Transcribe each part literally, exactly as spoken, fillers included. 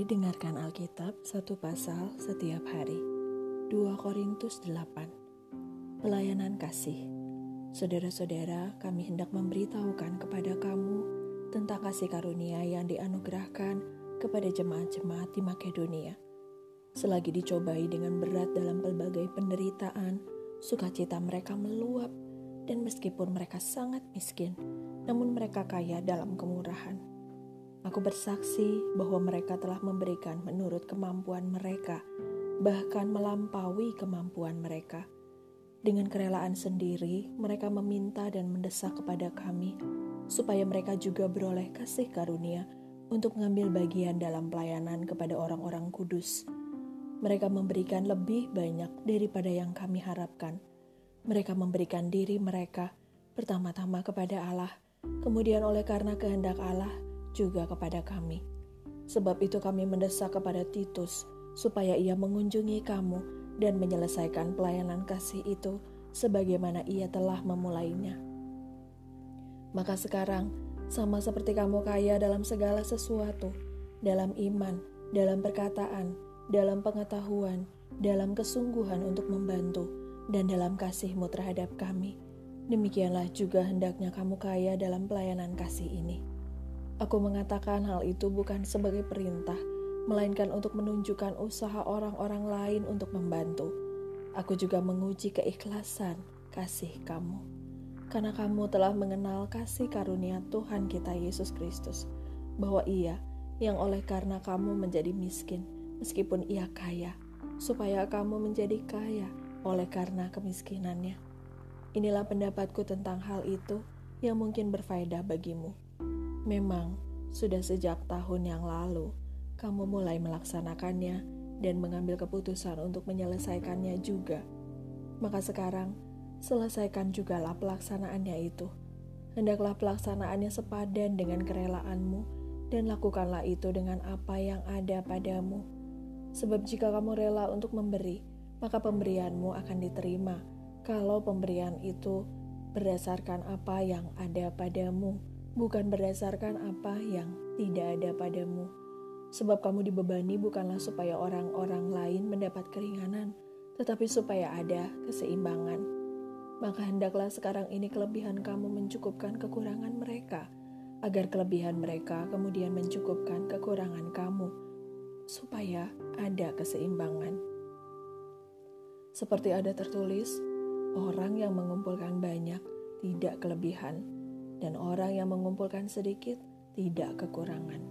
Dengarkan Alkitab satu pasal setiap hari. dua Korintus delapan. Pelayanan kasih. Saudara-saudara, kami hendak memberitahukan kepada kamu tentang kasih karunia yang dianugerahkan kepada jemaat-jemaat di Makedonia. Selagi dicobai dengan berat dalam pelbagai penderitaan, sukacita mereka meluap, dan meskipun mereka sangat miskin, namun mereka kaya dalam kemurahan. Aku bersaksi bahwa mereka telah memberikan menurut kemampuan mereka, bahkan melampaui kemampuan mereka. Dengan kerelaan sendiri, mereka meminta dan mendesak kepada kami, supaya mereka juga beroleh kasih karunia untuk mengambil bagian dalam pelayanan kepada orang-orang kudus. Mereka memberikan lebih banyak daripada yang kami harapkan. Mereka memberikan diri mereka pertama-tama kepada Allah, kemudian oleh karena kehendak Allah, juga kepada kami. Sebab itu kami mendesak kepada Titus supaya ia mengunjungi kamu dan menyelesaikan pelayanan kasih itu sebagaimana ia telah memulainya. Maka sekarang, sama seperti kamu kaya dalam segala sesuatu, dalam iman, dalam perkataan, dalam pengetahuan, dalam kesungguhan untuk membantu, dan dalam kasihmu terhadap kami, demikianlah juga hendaknya kamu kaya dalam pelayanan kasih ini. Aku mengatakan hal itu bukan sebagai perintah, melainkan untuk menunjukkan usaha orang-orang lain untuk membantu. Aku juga menguji keikhlasan kasih kamu, karena kamu telah mengenal kasih karunia Tuhan kita Yesus Kristus, bahwa Ia yang oleh karena kamu menjadi miskin, meskipun Ia kaya, supaya kamu menjadi kaya oleh karena kemiskinannya. Inilah pendapatku tentang hal itu yang mungkin berfaedah bagimu. Memang, sudah sejak tahun yang lalu, kamu mulai melaksanakannya dan mengambil keputusan untuk menyelesaikannya juga. Maka sekarang, selesaikan jugalah pelaksanaannya itu. Hendaklah pelaksanaannya sepadan dengan kerelaanmu, dan lakukanlah itu dengan apa yang ada padamu. Sebab jika kamu rela untuk memberi, maka pemberianmu akan diterima, kalau pemberian itu berdasarkan apa yang ada padamu, bukan berdasarkan apa yang tidak ada padamu. Sebab kamu dibebani bukanlah supaya orang-orang lain mendapat keringanan, tetapi supaya ada keseimbangan. Maka hendaklah sekarang ini kelebihan kamu mencukupkan kekurangan mereka, agar kelebihan mereka kemudian mencukupkan kekurangan kamu, supaya ada keseimbangan. Seperti ada tertulis, orang yang mengumpulkan banyak tidak kelebihan, dan orang yang mengumpulkan sedikit tidak kekurangan.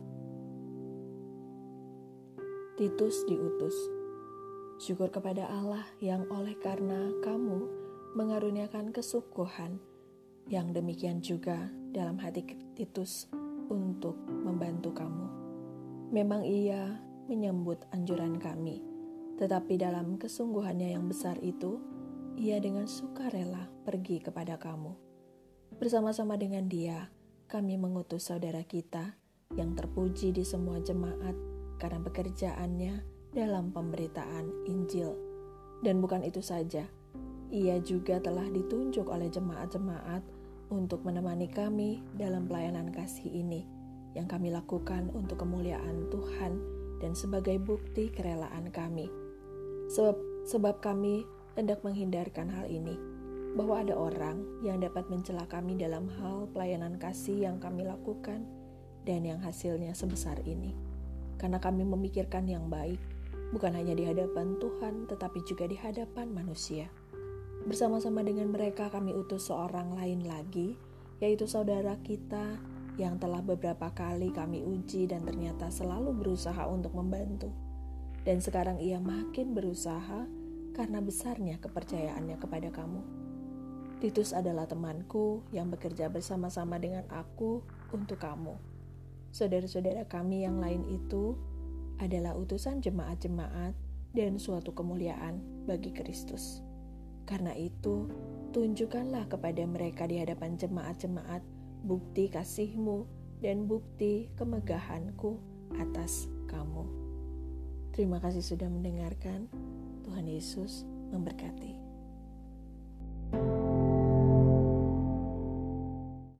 Titus diutus. Syukur kepada Allah yang oleh karena kamu mengaruniakan kesungguhan yang demikian juga dalam hati Titus untuk membantu kamu. Memang ia menyambut anjuran kami, tetapi dalam kesungguhannya yang besar itu, ia dengan sukarela pergi kepada kamu. Bersama-sama dengan dia, kami mengutus saudara kita yang terpuji di semua jemaat karena pekerjaannya dalam pemberitaan Injil. Dan bukan itu saja, ia juga telah ditunjuk oleh jemaat-jemaat untuk menemani kami dalam pelayanan kasih ini yang kami lakukan untuk kemuliaan Tuhan dan sebagai bukti kerelaan kami. Sebab, sebab kami hendak menghindarkan hal ini, bahwa ada orang yang dapat mencela kami dalam hal pelayanan kasih yang kami lakukan dan yang hasilnya sebesar ini. Karena kami memikirkan yang baik, bukan hanya di hadapan Tuhan, tetapi juga di hadapan manusia. Bersama-sama dengan mereka kami utus seorang lain lagi, yaitu saudara kita yang telah beberapa kali kami uji dan ternyata selalu berusaha untuk membantu. Dan sekarang ia makin berusaha karena besarnya kepercayaannya kepada kamu. Titus adalah temanku yang bekerja bersama-sama dengan aku untuk kamu. Saudara-saudara kami yang lain itu adalah utusan jemaat-jemaat dan suatu kemuliaan bagi Kristus. Karena itu, tunjukkanlah kepada mereka di hadapan jemaat-jemaat bukti kasihmu dan bukti kemegahanku atas kamu. Terima kasih sudah mendengarkan. Tuhan Yesus memberkati.